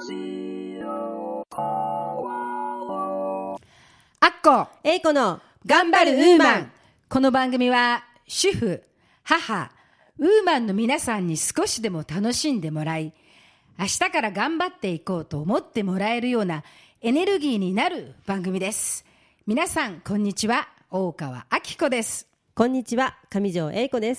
アッコエイコの頑張るウーマン。この番組は主婦、母、ウーマンの皆さんに少しでも楽しんでもらい、明日から頑張っていこうと思ってもらえるようなエネルギーになる番組です。皆さんこんにちは、大川明子です。 こんにちは、上条エイコです。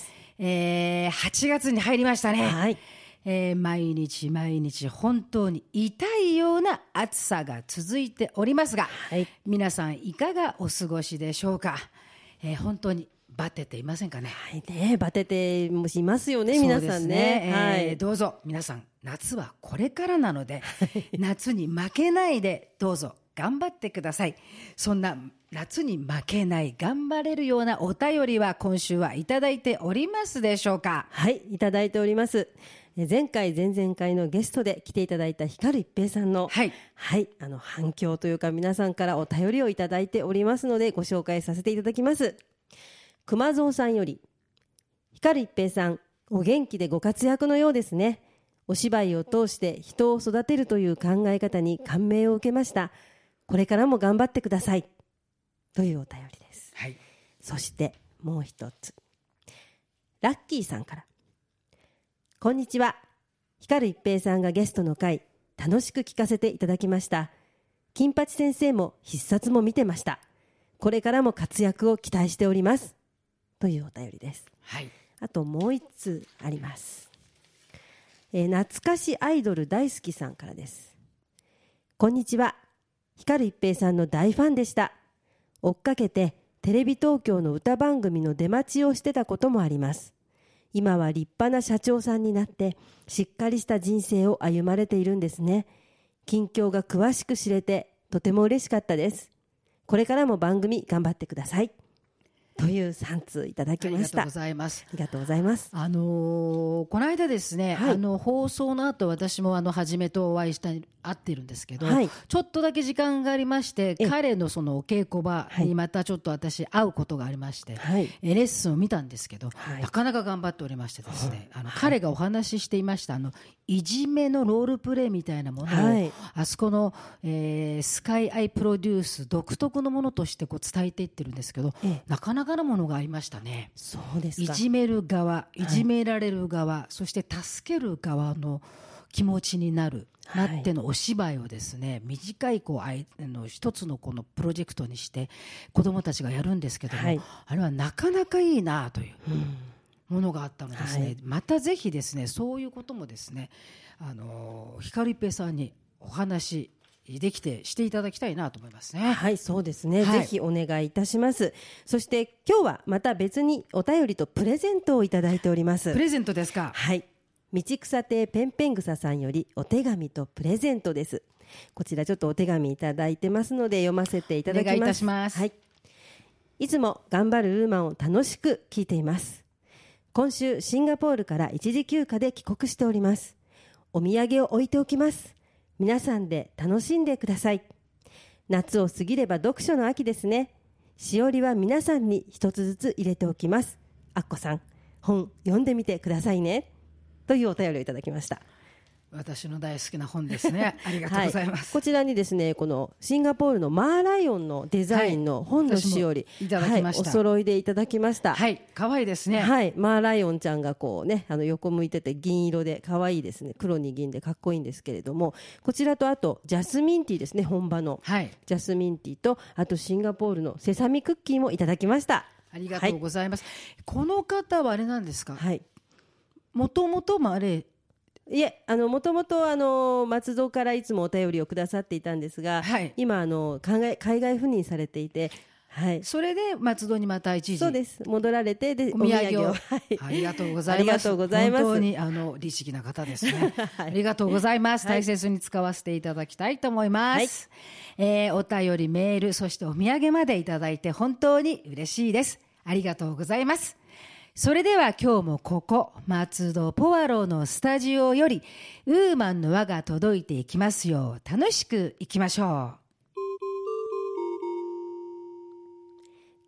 8月に入りましたね。 はい。 毎日毎日本当に痛いような暑さが続いておりますが、 はい、 皆さんいかがお過ごしでしょうか。本当にバテていませんかね。 はいね、バテてもしますよね、皆さんね。 はい、どうぞ皆さん、夏はこれからなので夏に負けないでどうぞ頑張ってください。そんな夏に負けない頑張れるようなお便りは今週はいただいておりますでしょうか。 はい、いただいております。前回前々回のゲストで来ていただいた光一平さんの、 はい、 はい、反響というか皆さんからお便りをいただいておりますのでご紹介させていただきます。熊蔵さんより、光一平さんお元気でご活躍のようですね。お芝居を通して人を育てるという考え方に感銘を受けました。これからも頑張ってくださいというお便りです。 はい、 そしてもう一つ、ラッキーさんから、こんにちは。光一平さんがゲストの回楽しく聞かせていただきました。金八先生も必殺も見てました。これからも活躍を期待しておりますというお便りです。 はい、 あともう一通あります。懐かしアイドル大好きさんからです。こんにちは。光一平さんの大ファンでした。追っかけてテレビ東京の歌番組の出待ちをしてたこともあります。今は立派な社長さんになってしっかりした人生を歩まれているんですね。近況が詳しく知れてとても嬉しかったです。これからも番組頑張ってくださいという3通いただきました。 ありがとうございます。 ありがとうございます。 この間ですね、 はい、 放送の後私もはじめとお会いした会ってるんですけど、 はい、 ちょっとだけ時間がありまして彼のそのお稽古場にまたちょっと私会うことがありまして、はい、レッスンを見たんですけど、はい、なかなか頑張っておりましてですね、はい、彼がお話ししていましたいじめのロールプレイみたいなものを、はい、あそこの、スカイアイプロデュース独特のものとしてこう伝えていってるんですけど、なかなかのものがありましたね。 そうですか。 いじめる側、いじめられる側、はい、そして助ける側の気持ちになってのお芝居をですね、短い一つのこのプロジェクトにして子どもたちがやるんですけども、はい、あれはなかなかいいなというものがあったのですね、はい、またぜひですねそういうこともですね光一平さんにお話していただきたいなと思いますね。 はい、そうですね、 はい、 ぜひお願いいたします。そして今日はまた別にお便りとプレゼントをいただいております。 プレゼントですか。 はい、道草亭ペンペン草さんよりお手紙とプレゼントです。こちらちょっとお手紙いただいてますので読ませていただきます。 お願いいたします。 はい、いつも頑張るウーマンを楽しく聞いています。今週シンガポールから一時休暇で帰国しております。お土産を置いておきます。皆さんで楽しんでください。夏を過ぎれば読書の秋ですね。しおりは皆さんに一つずつ入れておきます。あっこさん、本読んでみてくださいねというお便りをいただきました。 私の大好きな本ですね。ありがとうございます。 はい、こちらにですね、このシンガポールのマーライオンのデザインの本のしおり、 いただきました。 はい、お揃いでいただきました。 はい、可愛いですね。 はい、マーライオンちゃんがこうね、横向いてて銀色で可愛いですね。黒に銀でかっこいいんですけれども、こちらとあとジャスミンティーですね、本場の、はい、ジャスミンティーとあとシンガポールのセサミクッキーもいただきました。 ありがとうございます。はい、この方はあれなんですか。 はい。 もともとあれ。 いえ、もともと松戸からいつもお便りをくださっていたんですが、はい、今海外赴任されていて、はい、 それで松戸にまた一時そうです戻られてでお土産を、 はい、 ありがとうございます。本当に律儀な方ですね。はい、ありがとうございます。大切に使わせていただきたいと思います。はい、お便り、メール、そしてお土産までいただいて本当に嬉しいです。ありがとうございます。それでは今日もここ松戸ポワロのスタジオよりウーマンの輪が届いていきますよう楽しくいきましょう。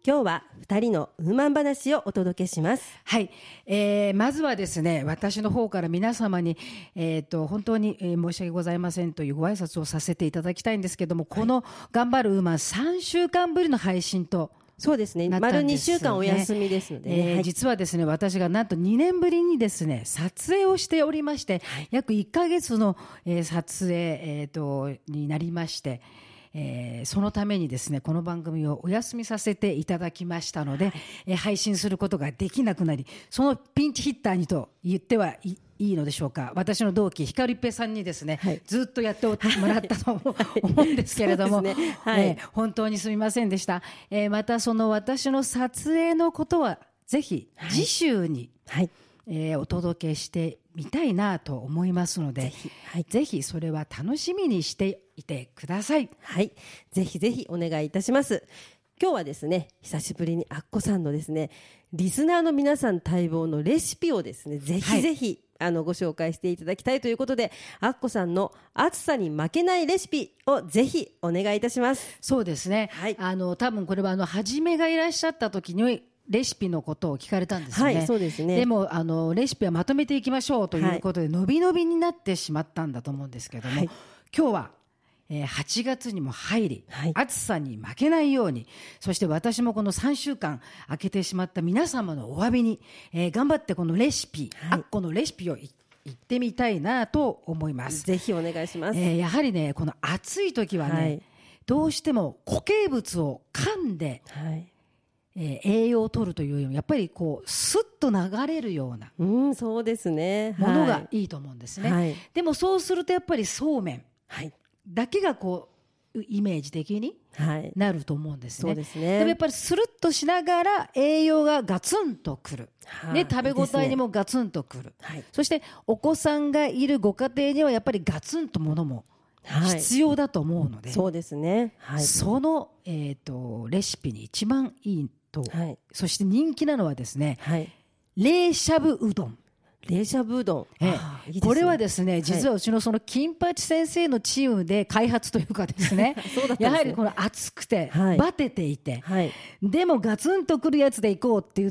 今日は2人のウーマン話をお届けします。 はい、まずはですね、私の方から皆様に、本当に、申し訳ございませんというご挨拶をさせていただきたいんですけども、この頑張るウーマン3週間ぶりの配信とそうですね、丸2週間お休みですので、ね、 実はですね、私がなんと2年ぶりにですね、撮影をしておりまして、約1ヶ月の、撮影、になりまして、そのためにですね、この番組をお休みさせていただきましたので、配信することができなくなり、そのピンチヒッターにと言ってはいいのでしょうか。私の同期光一平さんにですね、ずっとやってもらったと思うんですけれども、本当にすみませんでした。またその私の撮影のことはぜひ次週に、お届けしてみたいなと思いますので、ぜひそれは楽しみにしていてください。 はい、ぜひぜひお願いいたします。今日はですね、久しぶりにアッコさんのですね、リスナーの皆さん待望のレシピをですね、ぜひぜひ、ご紹介していただきたいということで、アッコさんの暑さに負けないレシピをぜひお願いいたします。 そうですね、多分これははじめがいらっしゃった時にレシピのことを聞かれたんですね。 そうですね。 でもレシピはまとめていきましょうということで、伸び伸びになってしまったんだと思うんですけども、今日は8月にも入り、暑さに負けないように、そして私もこの3週間空けてしまった皆様のお詫びに、頑張ってこのレシピ、アッコのレシピを言ってみたいなと思います。 ぜひお願いします。 やはりね、この暑い時はね、どうしても固形物を噛んで、栄養を取るというよりもやっぱりこうスッと流れるようなそうですね、 ものがいいと思うんですね。でもそうするとやっぱりそうめんだけがこうイメージ的になると思うんですね。 そうですね。 でもやっぱりスルッとしながら栄養がガツンとくる、食べ応えにもガツンとくる、そしてお子さんがいるご家庭にはやっぱりガツンとものも必要だと思うので、 そうですね、 その、レシピに一番いいと、そして人気なのはですね、冷しゃぶうどん。 冷しゃぶうどん、 これはですね、実はうちのその金八先生のチームで開発というかですねやはりこの熱くてバテていて、でもガツンとくるやつでいこうって言って、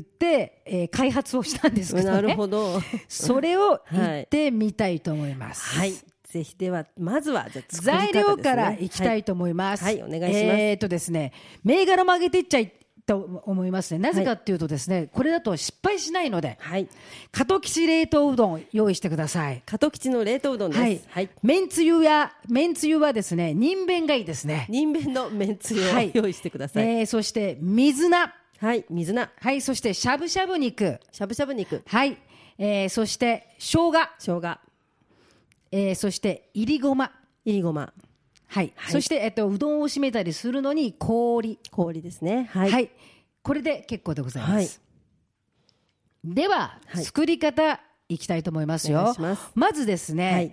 開発をしたんですけどね。 なるほどそれを言ってみたいと思います。 ぜひではまずは材料からいきたいと思います。 お願いします。 ですね、銘柄も上げていっちゃいと思いますね。なぜかっていうとですね、これだと失敗しないので、加藤吉冷凍うどん用意してください。 加藤吉の冷凍うどんです。 めんつゆはですね、人弁がいいですね。 人弁のめんつゆを用意してください。 そして水菜。 水菜。 そしてしゃぶしゃぶ肉。 しゃぶしゃぶ肉。 そして生姜。そしていりごま。そして、うどんを締めたりするのに氷ですね。 これで結構でございます。では、作り方いきたいと思いますよ。まずですね、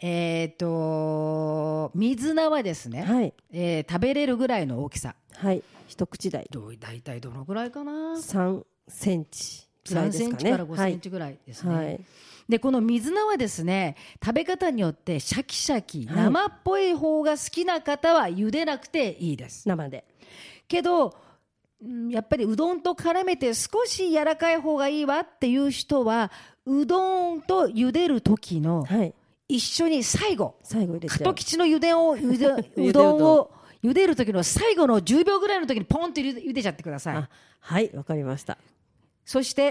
水菜はですね、食べれるぐらいの大きさ、 一口大、 だいたいどのぐらいかな、 3センチぐらいですかね。 3センチから5センチぐらいですね。でこの水菜はですね、食べ方によってシャキシャキ、生っぽい方が好きな方は茹でなくていいです。 生で。 けどやっぱりうどんと絡めて少し柔らかい方がいいわっていう人は、うどんと茹でる時の一緒に最後加藤吉のうどんを茹でる時の最後の10秒ぐらいの時にポンと茹でちゃってください。 わかりました。 そして、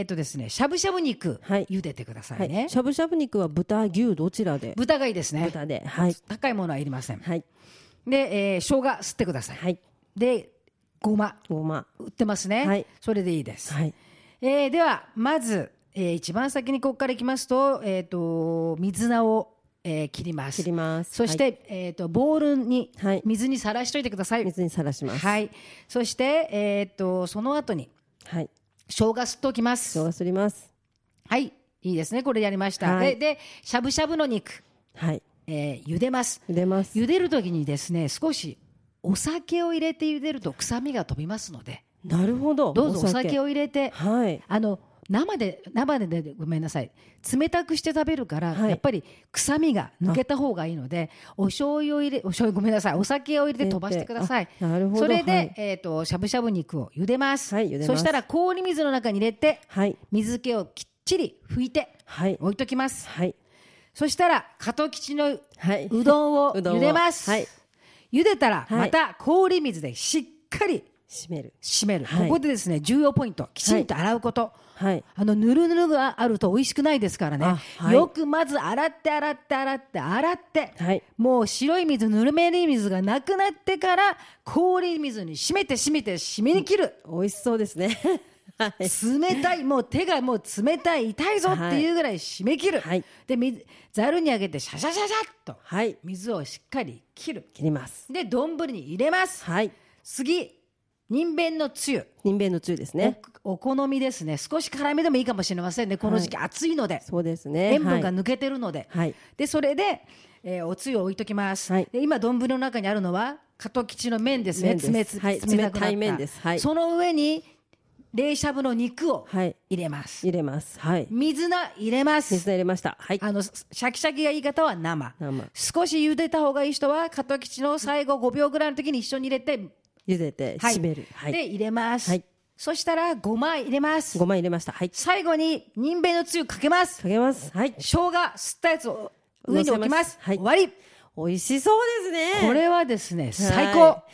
ですね、しゃぶしゃぶ肉、茹でてくださいね。 しゃぶしゃぶ肉は豚、牛どちらで？ 豚がいいですね。 豚で、 高いものはいりません。で、生姜吸ってください。で、ごま売ってますね。それでいいです。ではまず、一番先にここからいきますと、水菜を切ります。そして、ボウルに水にさらしといてください。 水にさらします。 そして、その後に生姜吸っておきます。 生姜すります。 いいですね、これやりました。でしゃぶしゃぶの肉、茹でます。茹でる時にですね、少しお酒を入れて茹でると臭みが飛びますので、 なるほど、 どうぞお酒を入れて、 生でごめんなさい、冷たくして食べるから、 はいやっぱり臭みが抜けた方がいいので、お醤油ごめんなさい、お酒を入れて飛ばしてください。 なるほど。 それで、 はい、 しゃぶしゃぶ肉を茹でます。 はい、茹でます。 そしたら氷水の中に入れて、 はい、 水気をきっちり拭いて置いときます。 はい、 そしたら加藤吉のはい、 うどんを茹でます。 はい、 茹でたらまた氷水でしっかり締める、 ここでですね、重要ポイント、きちんと洗うこと、 はい、 ぬるぬるがあると美味しくないですからね、 はい、 よくまず洗って、はい、もう白い水、ぬるめい水がなくなってから氷水に締めて締めに切る。 美味しそうですね。 はい、冷たい、もう手がもう冷たい、痛いぞっていうぐらい締め切る、はい、でざるにあげてシャシャシャシャっと、はい、水をしっかり切ります。で丼に入れます、はい、次人弁のつゆですね。 お好みですね。少し辛めでもいいかもしれませんね、この時期暑いので、 そうですね、 塩分が抜けてるので、 はい、 でそれで、おつゆを置いときます、はい、で今丼の中にあるのは加藤吉の麺ですね。冷たい麺です、はい、 その上に冷しゃぶの肉を入れます、 はい、 水菜入れます。 水菜入れました、はい、 シャキシャキがいい方は生少し茹でた方がいい人は加藤吉の最後5秒ぐらいの時に一緒に入れて茹でて締める、 はい、で入れます、はい、そしたらごま入れます。 ごま入れました、はい、 最後に人弁のつゆかけます、 はい、 生姜吸ったやつを上に置きます、はい、終わり。 美味しそうですね。 これはですね、最高、はい、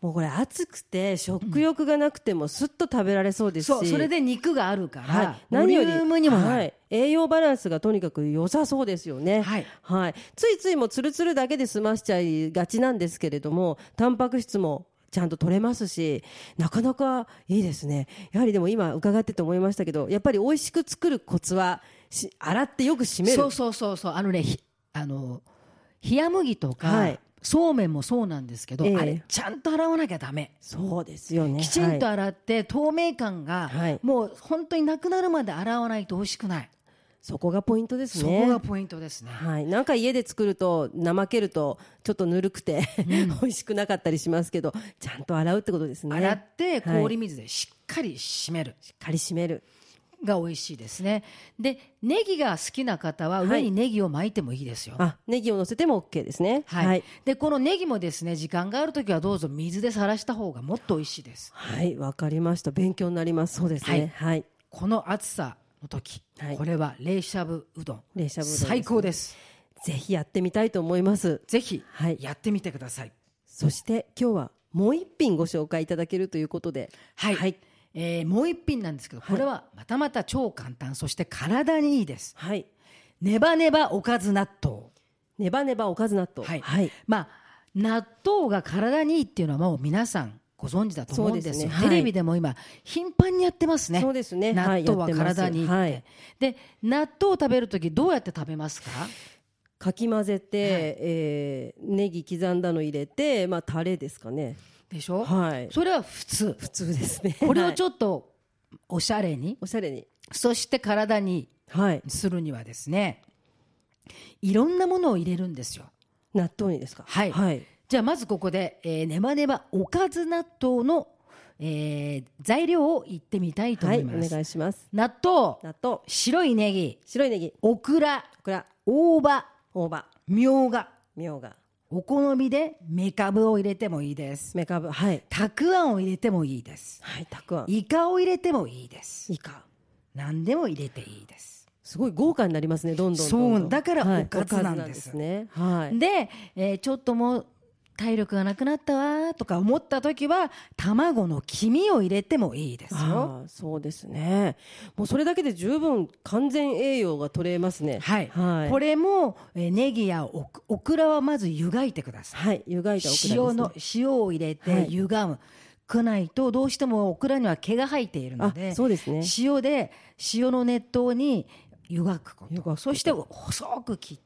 もうこれ暑くて食欲がなくてもすっと食べられそうですし、 それで肉があるから、はい、 何よりボリュームにもなる、 はい、栄養バランスがとにかく良さそうですよね、はいはい、ついついもつるつるだけで済ましちゃいがちなんですけれども、タンパク質もちゃんと取れますし、なかなかいいですね。やはりでも今伺ってて思いましたけど、やっぱり美味しく作るコツは洗ってよく締める。 そう冷麦とか、はい、そうめんもそうなんですけど、あれちゃんと洗わなきゃダメ。 そうですよね。 きちんと洗って、はい、透明感が、はい、もう本当になくなるまで洗わないと美味しくない。 そこがポイントですね。 そこがポイントですね。 はい、なんか家で作ると怠けるとちょっとぬるくて、美味しくなかったりしますけど、ちゃんと洗うってことですね。 洗って氷水でしっかり締める、 しっかり締めるが美味しいですね。でネギが好きな方は上にネギを巻いてもいいですよ、 はい、ネギを乗せても OK ですね、 はいはい、でこのネギもですね、時間があるときはどうぞ水でさらした方がもっと美味しいです。 はい、わかりました。勉強になります。そうですね、はいはい、 この暑さの時、はい、これは冷しゃぶうどん、最高です。 ぜひやってみたいと思います。 ぜひやってみてください、はい、 そして今日はもう一品ご紹介いただけるということで、 はい、はい、もう一品なんですけど、これはまたまた超簡単、そして体にいいです、はい、ネバネバおかず納豆。 ネバネバおかず納豆、 はいはい、納豆が体にいいっていうのはもう皆さんご存知だと思うんですよ、ね、テレビでも今頻繁にやってますね。 そうですね、 納豆は体にいいって、はい、で納豆を食べるときどうやって食べますか？ かき混ぜて、ネギ刻んだの入れて、タレですかね。 でしょ、 はい、 それは普通ですね。 これをちょっとおしゃれに、そして体にするにはですね、いろんなものを入れるんですよ。 納豆にですか？ はい、はい、じゃあまずここで、ネバネバおかず納豆の、材料を言ってみたいと思います、 はい、お願いします。 納豆、白いネギ、オクラ、大葉、みょうが、お好みでめかぶを入れてもいいです。 めかぶ、はい、 たくあんを入れてもいいです、 はい、たくあん、 イカを入れてもいいです。 イカ何でも入れていいです。 すごい豪華になりますね。どんどんそうだからおかずなんですね、はい、で、ちょっともう体力がなくなったわとか思った時は卵の黄身を入れてもいいですよ。 そうですね。もうそれだけで十分完全栄養が取れますね。 はい、はい、これもネギやオクラはまず湯がいてください。はい、 湯がいたオクラですね。 塩を入れて湯がむ、くないとどうしてもオクラには毛が生えているので、 そうですね、 塩の熱湯に湯がくこと、そして細く切って、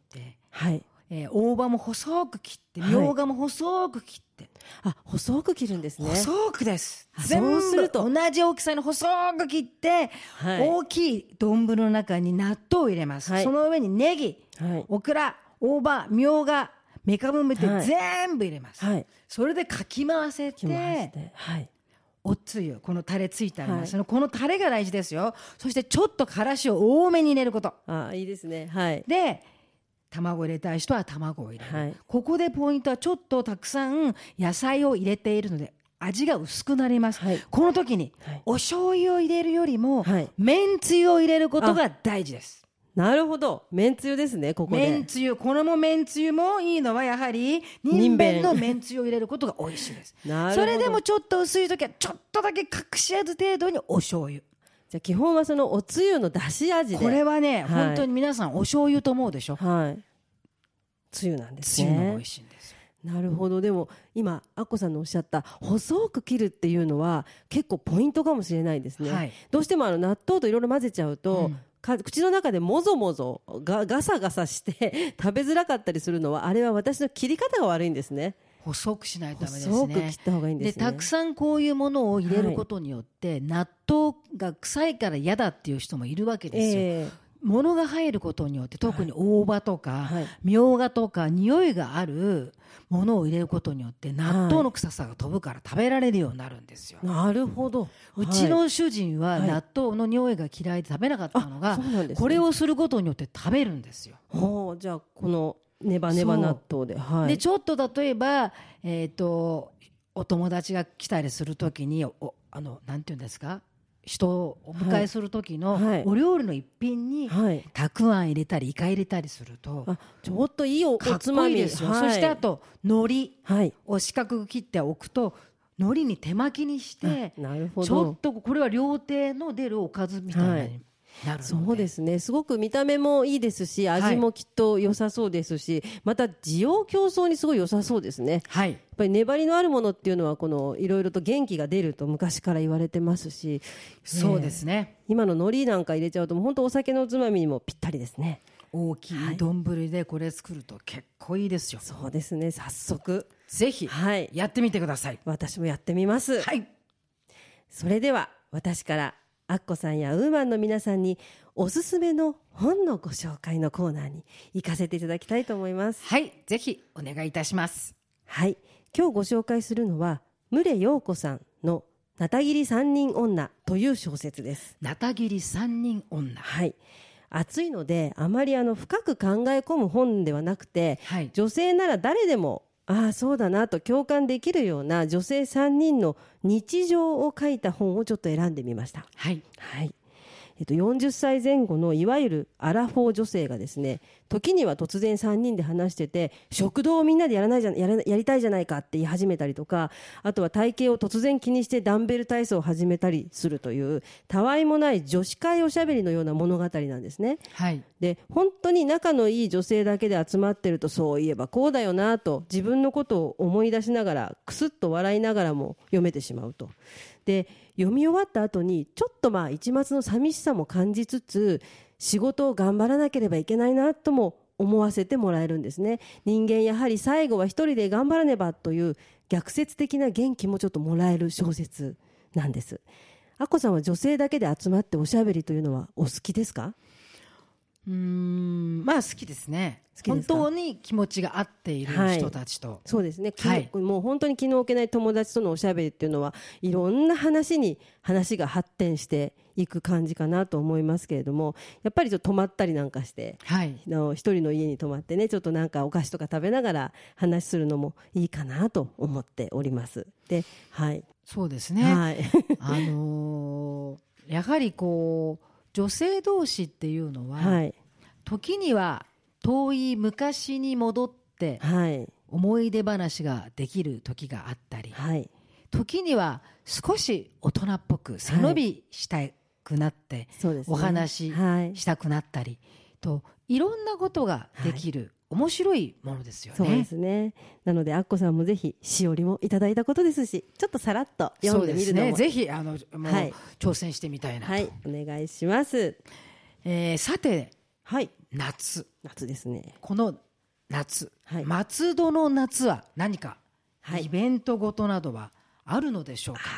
はい、大葉も細く切って、みょうがも細く切って、 細く切るんですね。 細くです。全部同じ大きさに細く切って、はい、大きい丼の中に納豆を入れます、はい、その上にネギ、はい、オクラ、大葉、みょうが、めかぶめて全部入れます、はい、それでかき回せて、はい、 おつゆ、このタレついてあります、 はこのタレが大事ですよ。そしてちょっとからしを多めに入れること。 いいですね。はい。 で卵を入れたい人は卵を入れる、 はい、 ここでポイントはちょっとたくさん野菜を入れているので味が薄くなります、 はい、 この時にお醤油を入れるよりも、めんつゆを入れることが大事です。 なるほど、めんつゆですね。ここでめんつゆ、これもめんつゆもいいのはやはりにんべんのめんつゆを入れることが美味しいですそれでもちょっと薄い時はちょっとだけ隠し味程度にお醤油。 じゃあ基本はそのおつゆの出し味で。 これはね、本当に皆さんお醤油と思うでしょ。 はい。つゆなんですね。 つゆの美味しいんですよ。 なるほど。でも今アッコさんのおっしゃった細く切るっていうのは結構ポイントかもしれないですね、はい、どうしても納豆といろいろ混ぜちゃうと、口の中でもぞもぞガサガサして食べづらかったりするのは、あれは私の切り方が悪いんですね。 細くしないとダメですね。 細く切った方がいいんですね。 でたくさんこういうものを入れることによって、納豆が臭いから嫌だっていう人もいるわけですよ、物が入ることによって、特に大葉とか、みょうがとか匂いがあるものを入れることによって納豆の臭さが飛ぶから食べられるようになるんですよ。 なるほど。 うちの主人は納豆の匂いが嫌いで食べなかったのが、これをすることによって食べるんですよ。 じゃあこのネバネバ納豆で、 でちょっと例えば、お友達が来たりするときになんていうんですか、人をお迎えする時のお料理の一品にたくあん入れたりイカ入れたりするとちょっといいおつまみですよ、 そしてあと海苔を四角く切っておくと海苔に手巻きにして、ちょっとこれは料亭の出るおかずみたいなになるので、 そうですね、すごく見た目もいいですし味もきっと良さそうですし、また滋養強壮にすごい良さそうですね、やっぱり粘りのあるものっていうのはこのいろいろと元気が出ると昔から言われてますし、 そうですね、 今の海苔なんか入れちゃうと本当お酒のおつまみにもぴったりですね。 大きい丼でこれ作ると結構いいですよ。 そうですね、早速ぜひやってみてください。 私もやってみます。それでは私からアッコさんやウーマンの皆さんにおすすめの本のご紹介のコーナーに行かせていただきたいと思います。 はい、ぜひお願いいたします。 はい、今日ご紹介するのは牟礼陽子さんのなたぎり三人女という小説です。 なたぎり三人女、 はい、暑いのであまり深く考え込む本ではなくて、女性なら誰でもそうだなと共感できるような女性3人の日常を書いた本をちょっと選んでみました。40歳前後のいわゆるアラフォー女性がですね、時には突然3人で話してて、食堂をみんなでやりたいじゃないかって言い始めたりとか、あとは体型を突然気にしてダンベル体操を始めたりするというたわいもない女子会おしゃべりのような物語なんですね。で本当に仲のいい女性だけで集まってると、そういえばこうだよなと自分のことを思い出しながらクスッと笑いながらも読めてしまうと。で読み終わった後にちょっと一抹の寂しさも感じつつ、仕事を頑張らなければいけないなとも思わせてもらえるんですね。人間やはり最後は一人で頑張らねばという逆説的な元気もちょっともらえる小説なんです。アッコさんは女性だけで集まっておしゃべりというのはお好きですか？ 好きですね。本当に気持ちが合っている人たちと、 そうですね、もう本当に気の置けない友達とのおしゃべりっていうのはいろんな話が発展していく感じかなと思いますけれども、やっぱりちょっと泊まったりなんかして、一人の家に泊まってね、ちょっとなんかお菓子とか食べながら話するのもいいかなと思っております。で、 そうですね、やはり女性同士っていうのは、時には遠い昔に戻って思い出話ができる時があったり、時には少し大人っぽく背伸びしたくなって、お話ししたくなったりと、いろんなことができる、面白いものですよね。 そうですね。なのでアッコさんもぜひしおりもいただいたことですし、ちょっとさらっと読んでみるのも、 ぜひ挑戦してみたいなと、 お願いします。 さて、夏ですね。この夏、松戸の夏は何かイベントごとなどはあるのでしょうか？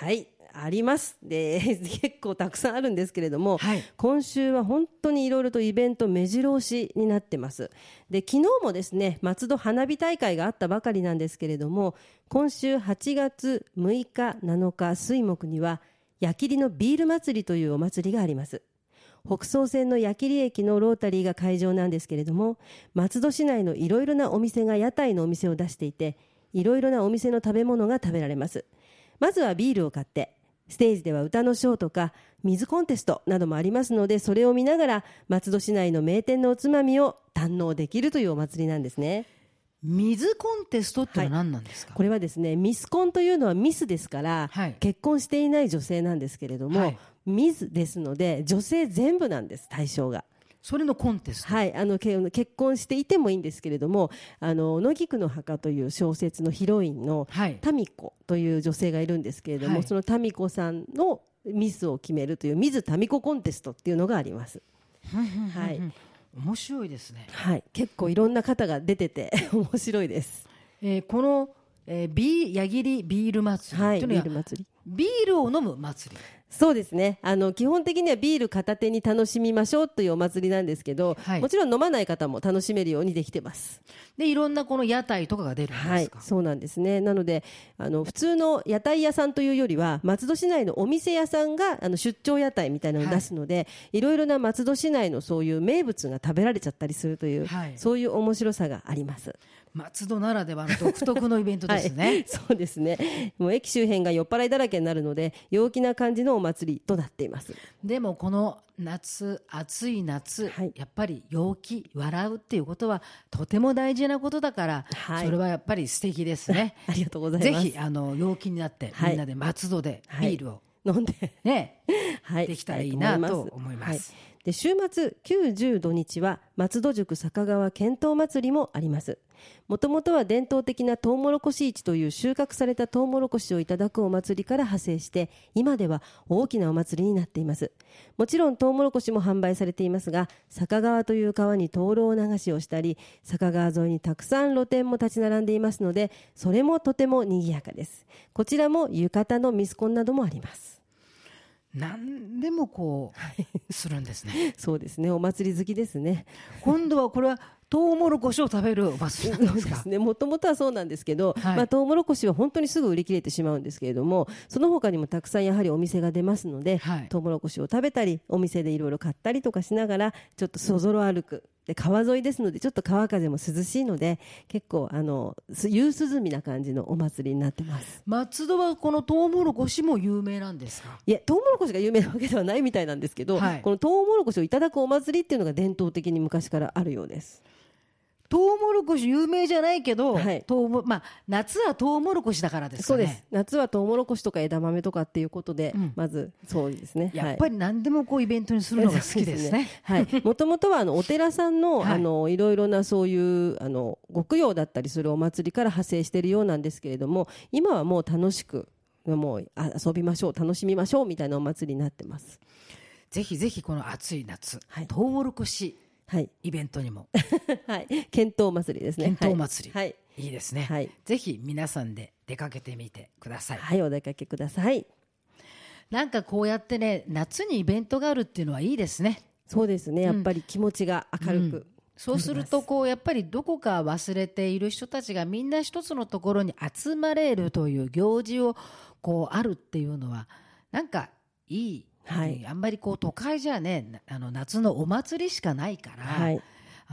ありますで結構たくさんあるんですけれども、 はい、 今週は本当にいろいろとイベント目白押しになってます。で昨日もですね松戸花火大会があったばかりなんですけれども、今週8月6日7日水木には矢切のビール祭りというお祭りがあります。北総線の矢切駅のロータリーが会場なんですけれども、松戸市内のいろいろなお店が屋台のお店を出していて、いろいろなお店の食べ物が食べられます。まずはビールを買って、ステージでは歌のショーとか水コンテストなどもありますので、それを見ながら松戸市内の名店のおつまみを堪能できるというお祭りなんですね。 水コンテストってのは何なんですか？ これはですね、ミスコンというのはミスですから、結婚していない女性なんですけれども、ミスですので女性全部なんです、対象が。 それのコンテスト、 結婚していてもいいんですけれども、野菊の墓という小説のヒロインの民子という女性がいるんですけれども、その民子さんのミスを決めるというミズ民子コンテストっていうのがあります。はい、 面白いですね。 はい、結構いろんな方が出てて面白いです。 この、矢切ビール祭りというのは、ビールを飲む祭り。 そうですね、基本的にはビール片手に楽しみましょうというお祭りなんですけど、もちろん飲まない方も楽しめるようにできてます。 でいろんなこの屋台とかが出るんですか？ そうなんですね。なので普通の屋台屋さんというよりは松戸市内のお店屋さんが出張屋台みたいなのを出すので、いろいろな松戸市内のそういう名物が食べられちゃったりするという、そういう面白さがあります。 松戸ならではの独特のイベントですね。 そうですね。もう駅周辺が酔っ払いだらけになるので陽気な感じのお祭りとなっています。 でもこの夏、暑い夏、やっぱり陽気、笑うっていうことはとても大事なことだから、それはやっぱり素敵ですね。 ありがとうございます。 ぜひ陽気になってみんなで松戸でビールを、 飲んでね、できたらいいなと思います。 で週末9、10土日は松戸宿坂川剣闘祭りもあります。もともとは伝統的なトウモロコシ市という収穫されたトウモロコシをいただくお祭りから派生して、今では大きなお祭りになっています。もちろんトウモロコシも販売されていますが、坂川という川に灯籠流しをしたり、坂川沿いにたくさん露店も立ち並んでいますので、それもとても賑やかです。こちらも浴衣のミスコンなどもあります。 何でもこうするんですね。 そうですね、お祭り好きですね。 今度はこれはトウモロコシを食べるお祭りなんですか？ そうですね、もともとはそうなんですけど、トウモロコシは本当にすぐ売り切れてしまうんですけれども、その他にもたくさんやはりお店が出ますので、トウモロコシを食べたりお店でいろいろ買ったりとかしながらちょっとそぞろ歩く。で川沿いですのでちょっと川風も涼しいので、結構夕涼みな感じのお祭りになってます。 松戸はこのトウモロコシも有名なんですか？ いや、トウモロコシが有名なわけではないみたいなんですけど、このトウモロコシをいただくお祭りっていうのが伝統的に昔からあるようです。 トウモロコシ有名じゃないけど、夏はトウモロコシだからですかね。 そうです。夏はトウモロコシとか枝豆とかっていうことで、まずそうですね。 やっぱり何でもこうイベントにするのが好きですね。 もともとはお寺さんの、いろいろなそういうご供養だったりするお祭りから派生しているようなんですけれども、今はもう楽しくもう遊びましょう、楽しみましょうみたいなお祭りになってます。 ぜひぜひこの暑い夏、トウモロコシイベントにも、 剣闘祭りですね。 剣闘祭り、いいですね。ぜひ皆さんで出かけてみてください。 お出かけください。 なんかこうやってね、夏にイベントがあるっていうのはいいですね。 そうですね、やっぱり気持ちが明るく、 そうするとこうやっぱりどこか忘れている人たちがみんな一つのところに集まれるという行事をこうあるっていうのはなんかいい。あんまりこう都会じゃね、夏のお祭りしかないから、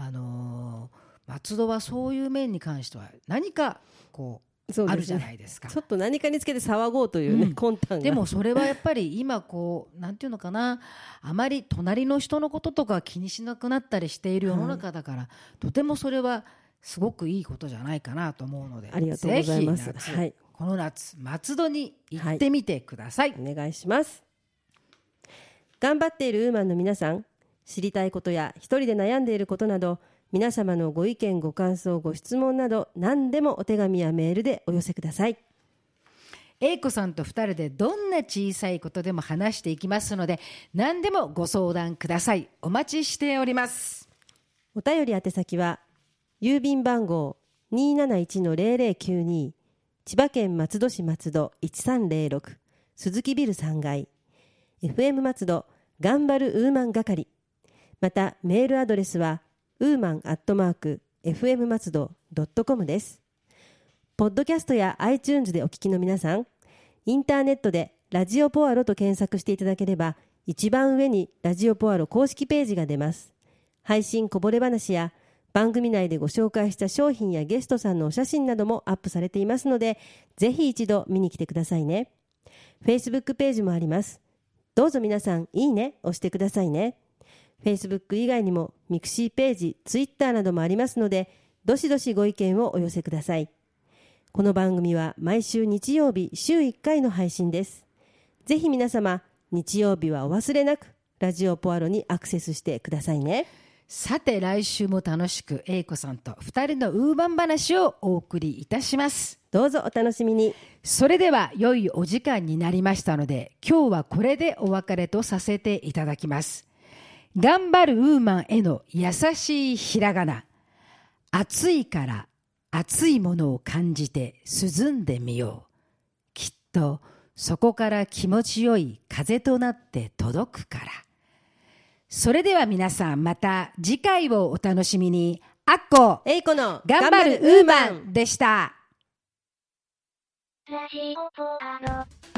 松戸はそういう面に関しては何かこうあるじゃないですか。 ちょっと何かにつけて騒ごうというね、魂胆が。 でもそれはやっぱり今こうなんていうのかな、あまり隣の人のこととか気にしなくなったりしている世の中だから、とてもそれはすごくいいことじゃないかなと思うので、 ありがとうございます。 この夏松戸に行ってみてください。 お願いします。頑張っているウーマンの皆さん、知りたいことや一人で悩んでいることなど、皆様のご意見ご感想ご質問など何でもお手紙やメールでお寄せください。 英子さんと2人でどんな小さいことでも話していきますので、何でもご相談ください。お待ちしております。 お便り宛先は郵便番号 271-0092 千葉県松戸市松戸1306 鈴木ビル3階、FM 松戸頑張るウーマン係、またメールアドレスはwoman@fm松戸.com です。ポッドキャストや iTunes でお聞きの皆さん、インターネットでラジオポアロと検索していただければ、一番上にラジオポアロ公式ページが出ます。配信こぼれ話や番組内でご紹介した商品やゲストさんのお写真などもアップされていますので、ぜひ一度見に来てくださいね。Facebook ページもあります。どうぞ皆さんいいね押してくださいね。Facebook 以外にもミクシーページ、Twitter などもありますので、どしどしご意見をお寄せください。この番組は毎週日曜日週1回の配信です。ぜひ皆様、日曜日はお忘れなくラジオポアロにアクセスしてくださいね。 さて来週も楽しく英子さんと2人のウーマン話をお送りいたします。 どうぞお楽しみに。 それでは良いお時間になりましたので、今日はこれでお別れとさせていただきます。頑張るウーマンへの優しいひらがな。暑いから熱いものを感じて涼んでみよう。きっとそこから気持ちよい風となって届くから。それでは皆さん、また次回をお楽しみに。アッコ、 英子の頑張るウーマンでした。 ラジオポアロ。